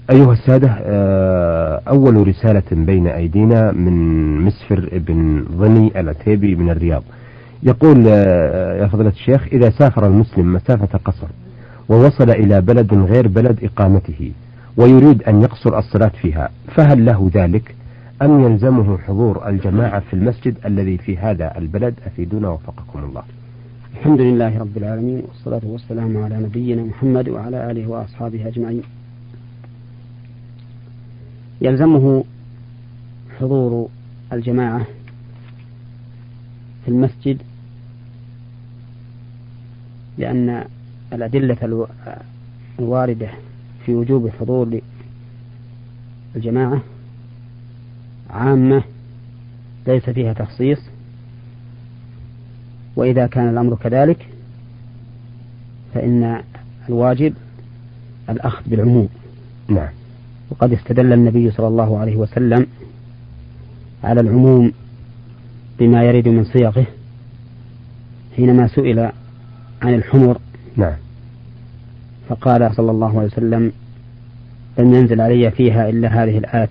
أيها السادة، أول رسالة بين أيدينا من مسفر بن ظني العتيبي من الرياض. يقول: يا فضيلة الشيخ، إذا سافر المسلم مسافة قصر ووصل إلى بلد غير بلد إقامته ويريد أن يقصر الصلاة فيها، فهل له ذلك أم يلزمه حضور الجماعة في المسجد الذي في هذا البلد؟ أفيدونا وفقكم الله. الحمد لله رب العالمين، والصلاة والسلام على نبينا محمد وعلى آله وأصحابه أجمعين. يلزمه حضور الجماعة في المسجد لأن الأدلة الواردة في وجوب حضور الجماعة عامة ليس فيها تخصيص، وإذا كان الأمر كذلك فإن الواجب الأخذ بالعموم. نعم. وقد استدل النبي صلى الله عليه وسلم على العموم بما يرد من صيغه حينما سئل عن الحمر. نعم. فقال صلى الله عليه وسلم: لم ينزل علي فيها إلا هذه الآية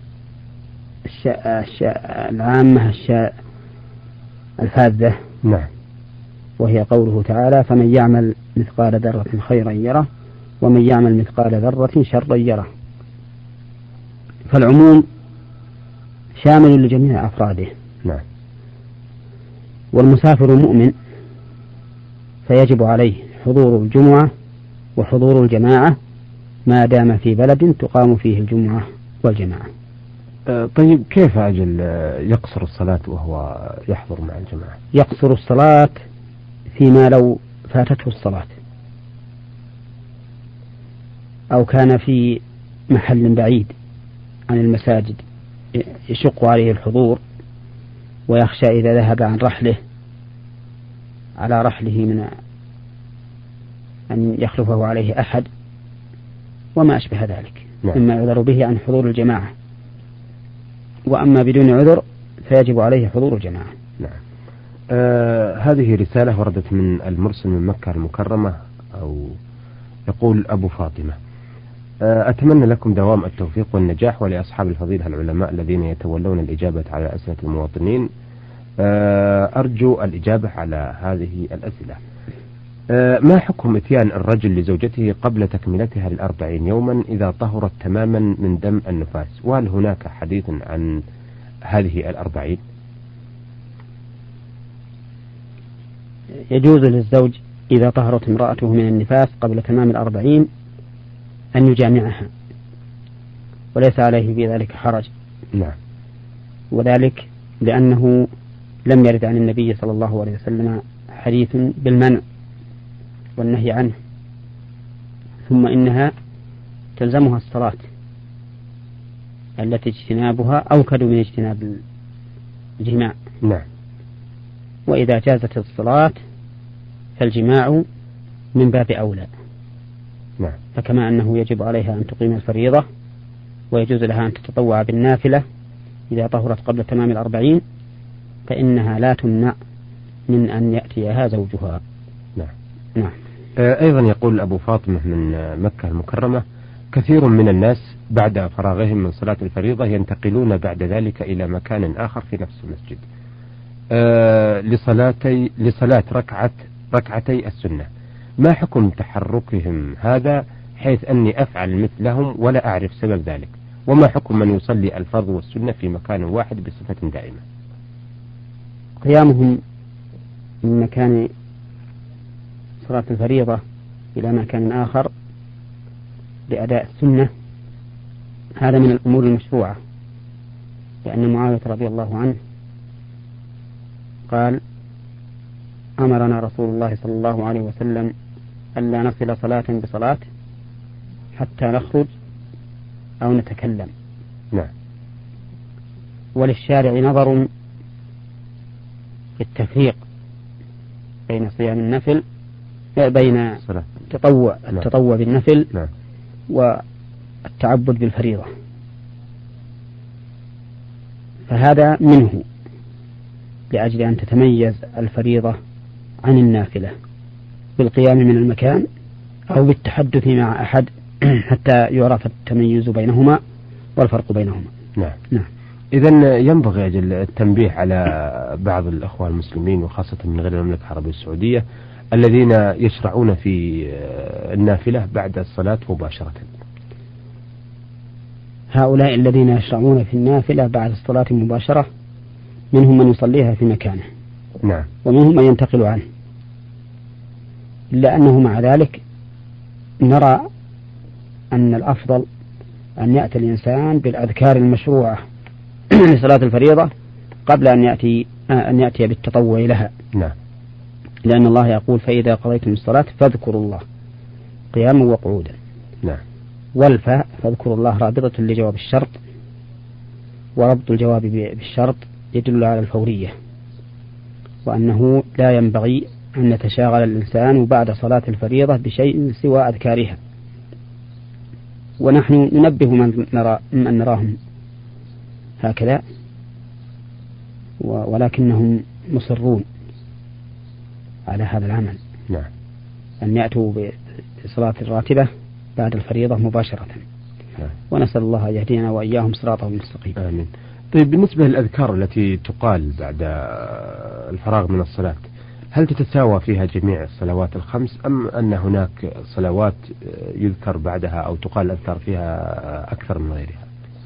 العامة الفاذة. نعم. وهي قوله تعالى: فمن يعمل مثقال ذرة خيرا يره ومن يعمل مثقال ذرة شرا يره. فالعموم شامل لجميع أفراده. نعم. والمسافر مؤمن فيجب عليه حضور الجمعة وحضور الجماعة ما دام في بلد تقام فيه الجمعة والجماعة. طيب، كيف أجل يقصر الصلاة وهو يحضر مع الجماعة؟ يقصر الصلاة فيما لو فاتته الصلاة أو كان في محل بعيد عن المساجد يشق عليه الحضور ويخشى إذا ذهب عن على رحله من أن يخلفه عليه أحد وما أشبه ذلك. نعم. مما يعذر به عن حضور الجماعة. وأما بدون عذر فيجب عليه حضور الجماعة. نعم. هذه رسالة وردت من المرسل من مكة المكرمة، أو يقول أبو فاطمة: أتمنى لكم دوام التوفيق والنجاح، ولأصحاب الفضيلة العلماء الذين يتولون الإجابة على أسئلة المواطنين أرجو الإجابة على هذه الأسئلة. ما حكم إتيان الرجل لزوجته قبل تكملتها 40 يوما إذا طهرت تماما من دم النفاس؟ وهل هناك حديث عن هذه 40؟ يجوز للزوج إذا طهرت امرأته من النفاس قبل تمام 40 أن يجامعها، وليس عليه في ذلك حرج. نعم. وذلك لأنه لم يرد عن النبي صلى الله عليه وسلم حديث بالمنع والنهي عنه. ثم إنها تلزمها الصلاة التي اجتنابها أوكد من اجتناب الجماع. نعم. وإذا جازت الصلاة فالجماع من باب أولى. نعم. فكما أنه يجب عليها أن تقيم الفريضة ويجوز لها أن تتطوع بالنافلة إذا طهرت قبل تمام 40، فإنها لا تمنع من أن يأتيها زوجها. نعم. نعم. أيضا يقول أبو فاطمة من مكة المكرمة: كثير من الناس بعد فراغهم من صلاة الفريضة ينتقلون بعد ذلك إلى مكان آخر في نفس المسجد لصلاة ركعتي السنة. ما حكم تحركهم هذا حيث أني أفعل مثلهم ولا أعرف سبب ذلك؟ وما حكم من يصلي الفرض والسنة في مكان واحد بصفة دائمة؟ قيامهم من مكان صلاة الفريضة إلى مكان آخر لأداء السنة هذا من الأمور المشروعة، لأن معاوية رضي الله عنه قال: أمرنا رسول الله صلى الله عليه وسلم ألا نصل صلاة بصلاة حتى نخرج أو نتكلم. نعم. وللشارع نظر في التفريق بين صيام النفل بين التطوع بالنفل نعم. والتعبد بالفريضة، فهذا منه لأجل أن تتميز الفريضة عن النافلة بالقيام من المكان أو بالتحدث مع أحد حتى يعرف التمييز بينهما والفرق بينهما. نعم. إذا ينبغي أجل التنبيه على بعض الأخوة المسلمين وخاصة من غير المملكة العربية السعودية الذين يشرعون في النافلة بعد الصلاة مباشرة. هؤلاء الذين يشرعون في النافلة بعد الصلاة مباشرة منهم من يصليها في مكانه، نعم، ومنهم من ينتقل عنه، إلا أنه مع ذلك نرى أن الأفضل أن يأتي الإنسان بالأذكار المشروعة لصلاة الفريضة قبل أن يأتي بالتطوع لها. نعم. لأن الله يقول: فإذا قضيتم الصلاة فاذكروا الله قياما وقعودا. نعم. والفاء فاذكروا الله رابطة لجواب الشرط، وربط الجواب بالشرط يدل على الفورية، وأنه لا ينبغي أن يتشاغل الإنسان بعد صلاة الفريضة بشيء سوى أذكارها. ونحن ننبه من نراهم هكذا، ولكنهم مصرون على هذا العمل. نعم. أن يأتوا بصلاة الراتبة بعد الفريضة مباشرة. نعم. ونسأل الله أن يهدينا وإياهم صراطه المستقيم. آمين. طيب، بالنسبة للأذكار التي تقال بعد الفراغ من الصلاة، هل تتساوى فيها جميع الصلوات الخمس، أم أن هناك صلوات يذكر بعدها أو تقال الأذكار فيها أكثر من غيرها؟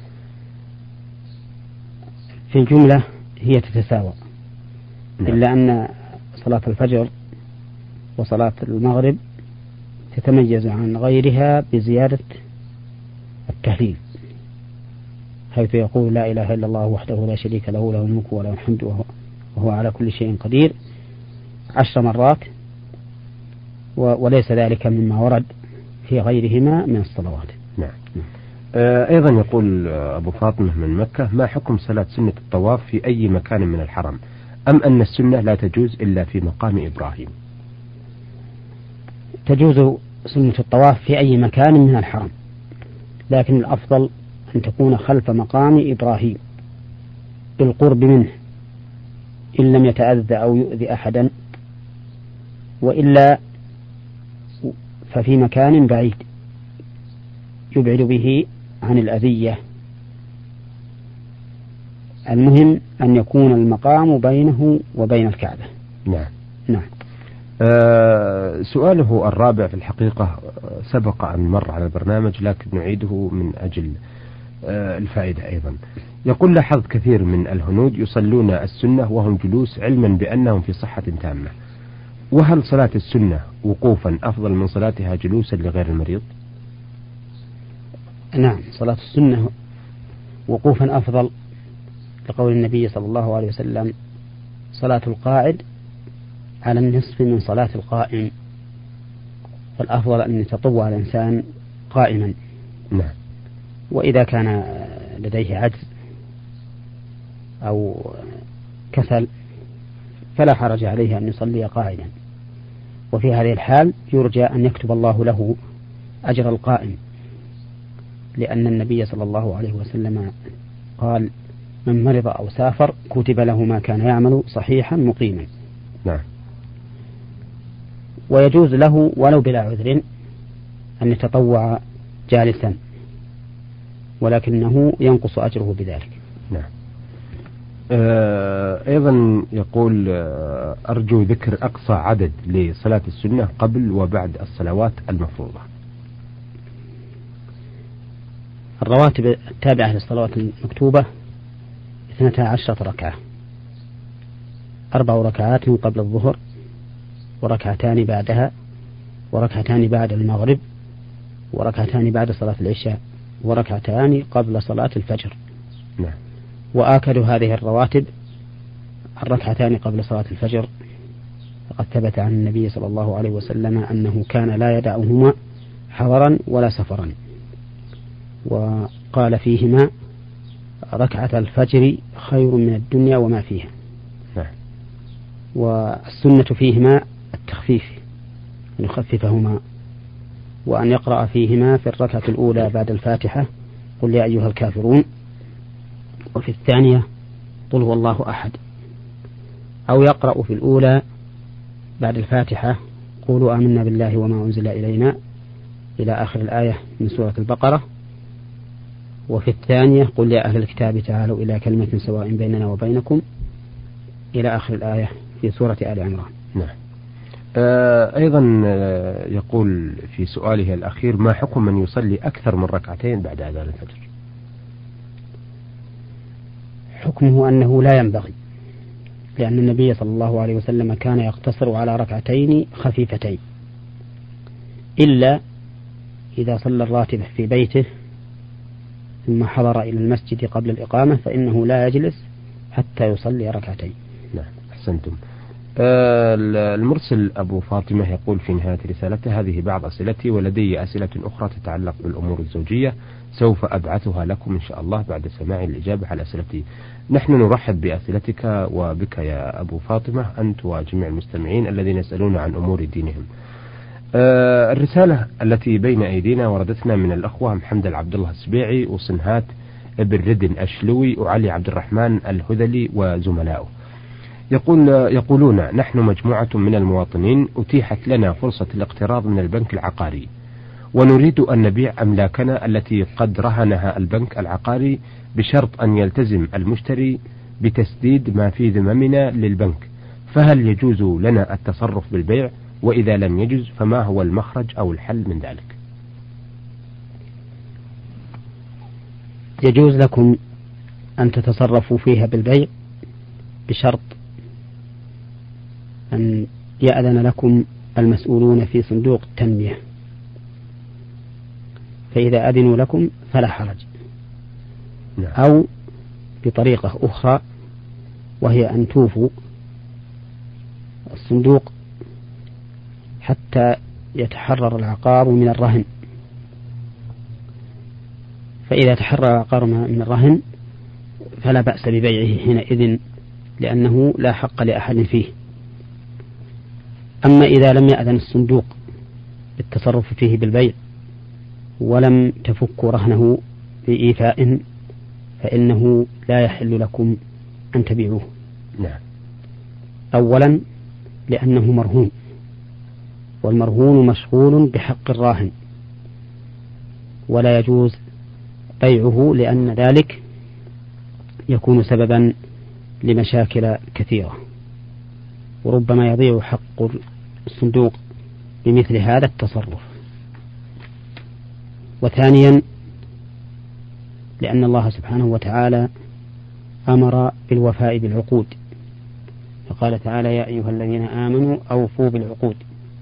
في الجملة هي تتساوى. نعم. إلا أن صلاة الفجر وصلاة المغرب تتميز عن غيرها بزيادة التهليل، حيث يقول: لا إله إلا الله وحده لا شريك له، له الملك وله الحمد وهو على كل شيء قدير 10 مرات، وليس ذلك مما ورد في غيرهما من الصلوات. نعم. أيضا يقول أبو فاطمة من مكة: ما حكم صلاة سنة الطواف في أي مكان من الحرم، أم أن السنة لا تجوز إلا في مقام إبراهيم؟ تجوز سنة الطواف في أي مكان من الحرم، لكن الأفضل أن تكون خلف مقام إبراهيم بالقرب منه، إن لم يتأذى أو يؤذي أحدا، وإلا ففي مكان بعيد يبعد به عن الأذية. المهم أن يكون المقام بينه وبين الكعبة. نعم. نعم. سؤاله الرابع في الحقيقة سبق أن مر على البرنامج، لكن نعيده من أجل الفائدة أيضا. يقول: لاحظت كثير من الهنود يصلون السنة وهم جلوس، علما بأنهم في صحة تامة، وهل صلاة السنة وقوفا أفضل من صلاتها جلوسا لغير المريض؟ نعم، صلاة السنة وقوفا أفضل، لقول النبي صلى الله عليه وسلم: صلاة القاعد على النصف من صلاة القائم. فالأفضل أن يتطوع الإنسان قائما. نعم. وإذا كان لديه عجز أو كسل فلا حرج عليه أن يصلي قاعدا، وفي هذه الحال يرجى أن يكتب الله له أجر القائم، لأن النبي صلى الله عليه وسلم قال: من مرض أو سافر كتب له ما كان يعمل صحيحا مقيما. نعم. ويجوز له ولو بلا عذر أن يتطوع جالسا، ولكنه ينقص أجره بذلك. نعم. أيضا يقول: أرجو ذكر أقصى عدد لصلاة السنة قبل وبعد الصلوات المفروضة. الرواتب التابعة للصلوات المكتوبة 12 ركعة، 4 ركعات قبل الظهر، وركعتان بعدها، وركعتان بعد المغرب، وركعتان بعد صلاة العشاء، وركعتان قبل صلاة الفجر. نعم. وآكد هذه الرواتب الركعتان قبل صلاة الفجر، فقد ثبت عن النبي صلى الله عليه وسلم أنه كان لا يدعهما حضرا ولا سفرا، وقال فيهما: ركعة الفجر خير من الدنيا وما فيها. نعم. والسنة فيهما التخفيف، أن يخففهما، وأن يقرأ فيهما في الركعة الأولى بعد الفاتحة: قل يا أيها الكافرون، وفي الثانية: قل هو الله أحد، أو يقرأ في الأولى بعد الفاتحة: قولوا آمنا بالله وما أنزل إلينا إلى آخر الآية من سورة البقرة، وفي الثانية قل يا أهل الكتاب تعالوا إلى كلمة سواء بيننا وبينكم إلى آخر الآية في سورة آل عمران. نعم. أيضا يقول في سؤاله الأخير: ما حكم من يصلي أكثر من ركعتين بعد أذان الفجر؟ حكمه أنه لا ينبغي، لأن النبي صلى الله عليه وسلم كان يقتصر على ركعتين خفيفتين، إلا إذا صلى الراتبة في بيته ثم حضر إلى المسجد قبل الإقامة فإنه لا يجلس حتى يصلي ركعتين. نعم، أحسنتم. المرسل أبو فاطمة يقول في نهاية رسالته: هذه بعض أسئلتي، ولدي أسئلة أخرى تتعلق بالأمور الزوجية، سوف أبعثها لكم إن شاء الله بعد سماع الإجابة على أسئلتي. نحن نرحب بأسئلتك وبك يا أبو فاطمة، أنت وجميع المستمعين الذين يسألون عن أمور دينهم. الرسالة التي بين أيدينا وردتنا من الأخوة محمد عبد الله السبيعي وصنهات ابن ردن أشلوي وعلي عبد الرحمن الهذلي وزملائه. يقولون: نحن مجموعة من المواطنين أتيحت لنا فرصة الاقتراض من البنك العقاري، ونريد أن نبيع أملاكنا التي قد رهنها البنك العقاري بشرط أن يلتزم المشتري بتسديد ما في ذممنا للبنك، فهل يجوز لنا التصرف بالبيع؟ وإذا لم يجوز فما هو المخرج أو الحل من ذلك؟ يجوز لكم أن تتصرفوا فيها بالبيع بشرط أن يأذن لكم المسؤولون في صندوق التنمية، فإذا أذنوا لكم فلا حرج. أو بطريقة أخرى وهي أن توفوا الصندوق حتى يتحرر العقار من الرهن، فإذا تحرر العقار من الرهن فلا بأس ببيعه حينئذ، لأنه لا حق لأحد فيه. أما إذا لم يأذن الصندوق بالتصرف فيه بالبيع ولم تفكوا رهنه بإيفاء فإنه لا يحل لكم أن تبيعوه. نعم. أولا لأنه مرهون، والمرهون مشغول بحق الراهن، ولا يجوز بيعه لأن ذلك يكون سببا لمشاكل كثيرة، وربما يضيع حق الصندوق بمثل هذا التصرف. وثانيا لأن الله سبحانه وتعالى أمر بالوفاء بالعقود، فقال تعالى: يا أيها الذين آمنوا أوفوا بالعقود،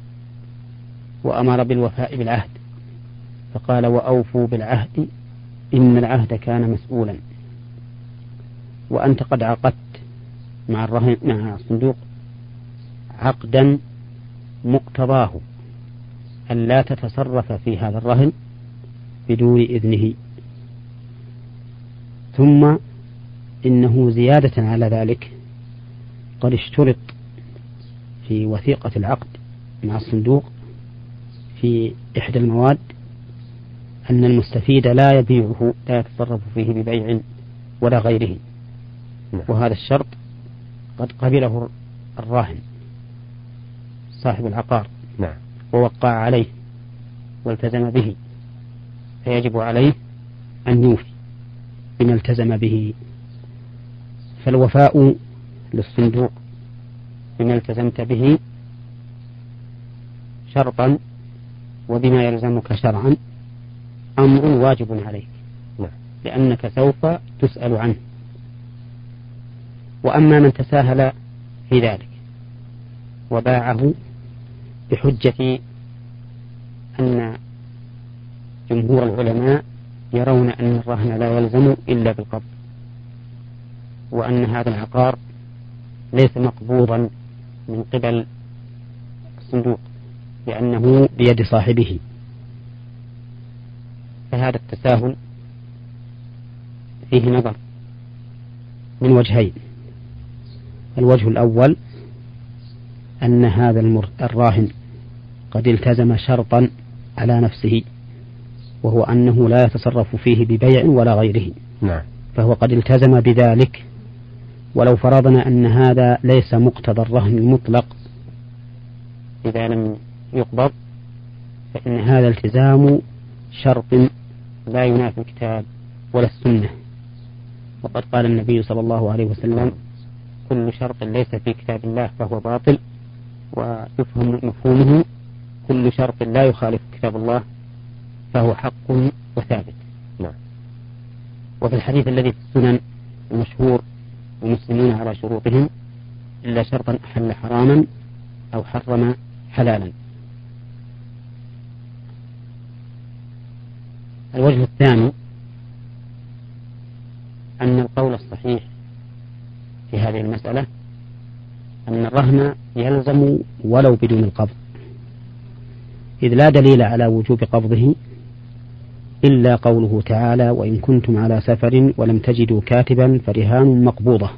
وأمر بالوفاء بالعهد فقال: وأوفوا بالعهد إن العهد كان مسؤولا. وأنت قد عقدت مع الصندوق عقدا مقتضاه أن لا تتصرف في هذا الرهن بدون إذنه، ثم إنه زيادة على ذلك قد اشترط في وثيقة العقد مع الصندوق في إحدى المواد أن المستفيد لا يبيعه، لا يتصرف فيه ببيع ولا غيره، وهذا الشرط قد قبله الراهن صاحب العقار ووقع عليه والتزم به، فيجب عليه أن يوفي بما التزم به. فالوفاء للصندوق بما التزمت به شرطا وبما يلزمك شرعا أمر واجب عليك، لأنك سوف تسأل عنه. وأما من تساهل في ذلك وباعه بحجة أن جمهور العلماء يرون أن الرهن لا يلزم إلا بالقبض، وأن هذا العقار ليس مقبوضا من قبل الصندوق لأنه بيد صاحبه، فهذا التساهل فيه نظر من وجهين. الوجه الأول أن هذا الراهن قد التزم شرطا على نفسه، وهو أنه لا يتصرف فيه ببيع ولا غيره، فهو قد التزم بذلك. ولو فرضنا أن هذا ليس مقتضى الرهن المطلق إذا لم يقبض، فإن هذا التزام شرط لا ينافي الكتاب ولا السنة. وقد قال النبي صلى الله عليه وسلم: كل شرط ليس في كتاب الله فهو باطل، ويفهم مفهومه: كل شرط لا يخالف كتاب الله فهو حق وثابت. نعم. وفي الحديث الذي في السنن المشهور: المسلمون على شروطهم إلا شرطا أحل حراما أو حرم حلالا. الوجه الثاني أن القول الصحيح في هذه المسألة أن الرهن يلزم ولو بدون القبض، إذ لا دليل على وجوب قبضه إلا قوله تعالى: وإن كنتم على سفر ولم تجدوا كاتبا فرهان مقبوضة.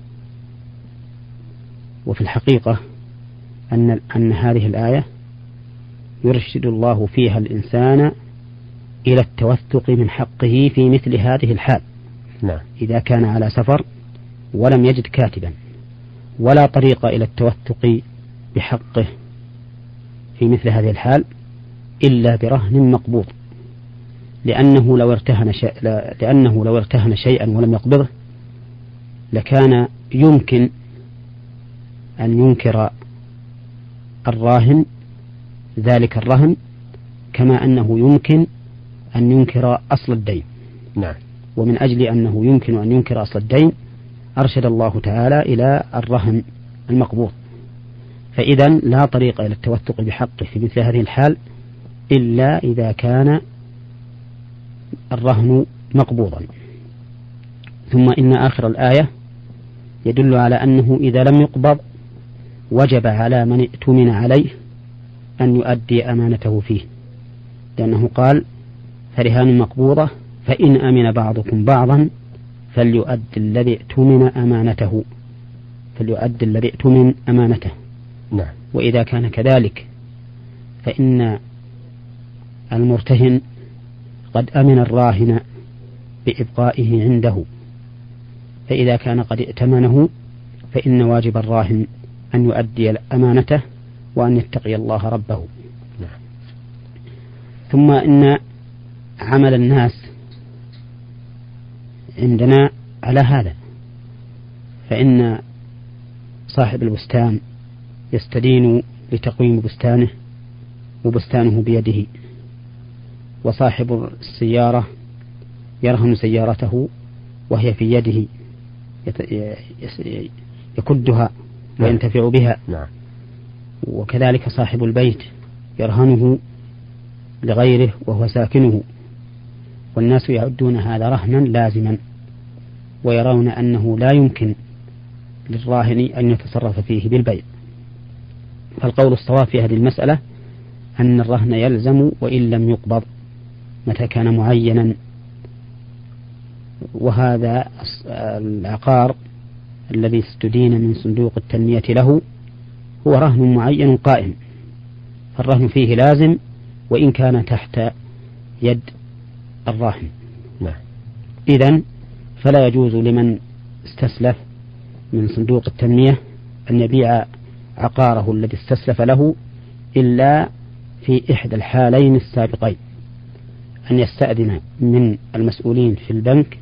وفي الحقيقة أن هذه الآية يرشد الله فيها الإنسان إلى التوثق من حقه في مثل هذه الحال. نعم. إذا كان على سفر ولم يجد كاتبا، ولا طريق إلى التوثق بحقه في مثل هذه الحال إلا برهن مقبوض، لأنه لو ارتهن شيئا ولم يقبضه لكان يمكن أن ينكر الراهن ذلك الرهن، كما أنه يمكن أن ينكر أصل الدين. نعم. ومن أجل أنه يمكن أن ينكر أصل الدين أرشد الله تعالى إلى الرهن المقبوض. فإذا لا طريق إلى التوثق بحقه في مثل هذه الحال إلا إذا كان الرهن مقبوضا. ثم إن آخر الآية يدل على أنه إذا لم يقبض وجب على من ائتمن عليه أن يؤدي أمانته فيه، لأنه قال: فرهان مقبوضة فإن أمن بعضكم بعضا فليؤد الذي ائتمن أمانته. نعم. وإذا كان كذلك فإن المرتهن قد أمن الراهن بإبقائه عنده، فإذا كان قد ائتمنه فإن واجب الراهن أن يؤدي أمانته وأن يتقي الله ربه. نعم. ثم إن عمل الناس عندنا على هذا، فإن صاحب البستان يستدين لتقويم بستانه وبستانه بيده، وصاحب السيارة يرهن سيارته وهي في يده يكدها وينتفع بها. نعم. وكذلك صاحب البيت يرهنه لغيره وهو ساكنه، والناس يعدون هذا رهنا لازما، ويرون أنه لا يمكن للراهن أن يتصرف فيه بالبيع. فالقول الصواب في هذه المسألة أن الرهن يلزم وإن لم يقبض متى كان معينا. وهذا العقار الذي استدين من صندوق التنمية له هو رهن معين قائم، فالرهن فيه لازم وإن كان تحت يد الراهن. نعم. إذن فلا يجوز لمن استسلف من صندوق التنمية أن يبيع عقاره الذي استسلف له إلا في إحدى الحالين السابقين: أن يستأذن من المسؤولين في البنك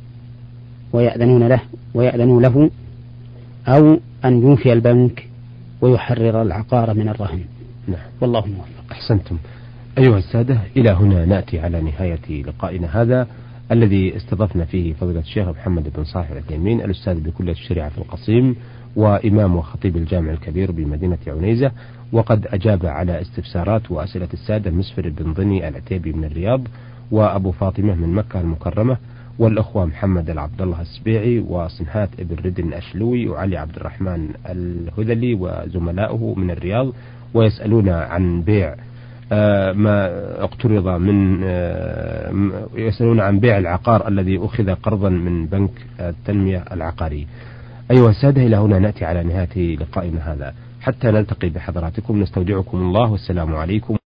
ويأذنوا له، أو أن ينفي البنك ويحرر العقار من الرهن. نعم. والله موفق. أحسنتم. أيها السادة، إلى هنا نأتي على نهاية لقائنا هذا الذي استضفنا فيه فضيلة الشيخ محمد بن صالح العثيمين، الأستاذ بكلية الشريعة في القصيم وإمام وخطيب الجامع الكبير بمدينة عنيزة، وقد أجاب على استفسارات وأسئلة السادة مسفر بن ضني العتيبي من الرياض، وأبو فاطمة من مكة المكرمة، والأخوة محمد العبد الله السبيعي وصنهات ابن ردن الأشلوي وعلي عبد الرحمن الهذلي وزملائه من الرياض، ويسألون عن بيع ما اقترض من يسألون عن بيع العقار الذي أخذ قرضا من بنك التنمية العقاري. أيها السادة، إلى هنا نأتي على نهاية لقائنا هذا، حتى نلتقي بحضراتكم نستودعكم الله، والسلام عليكم.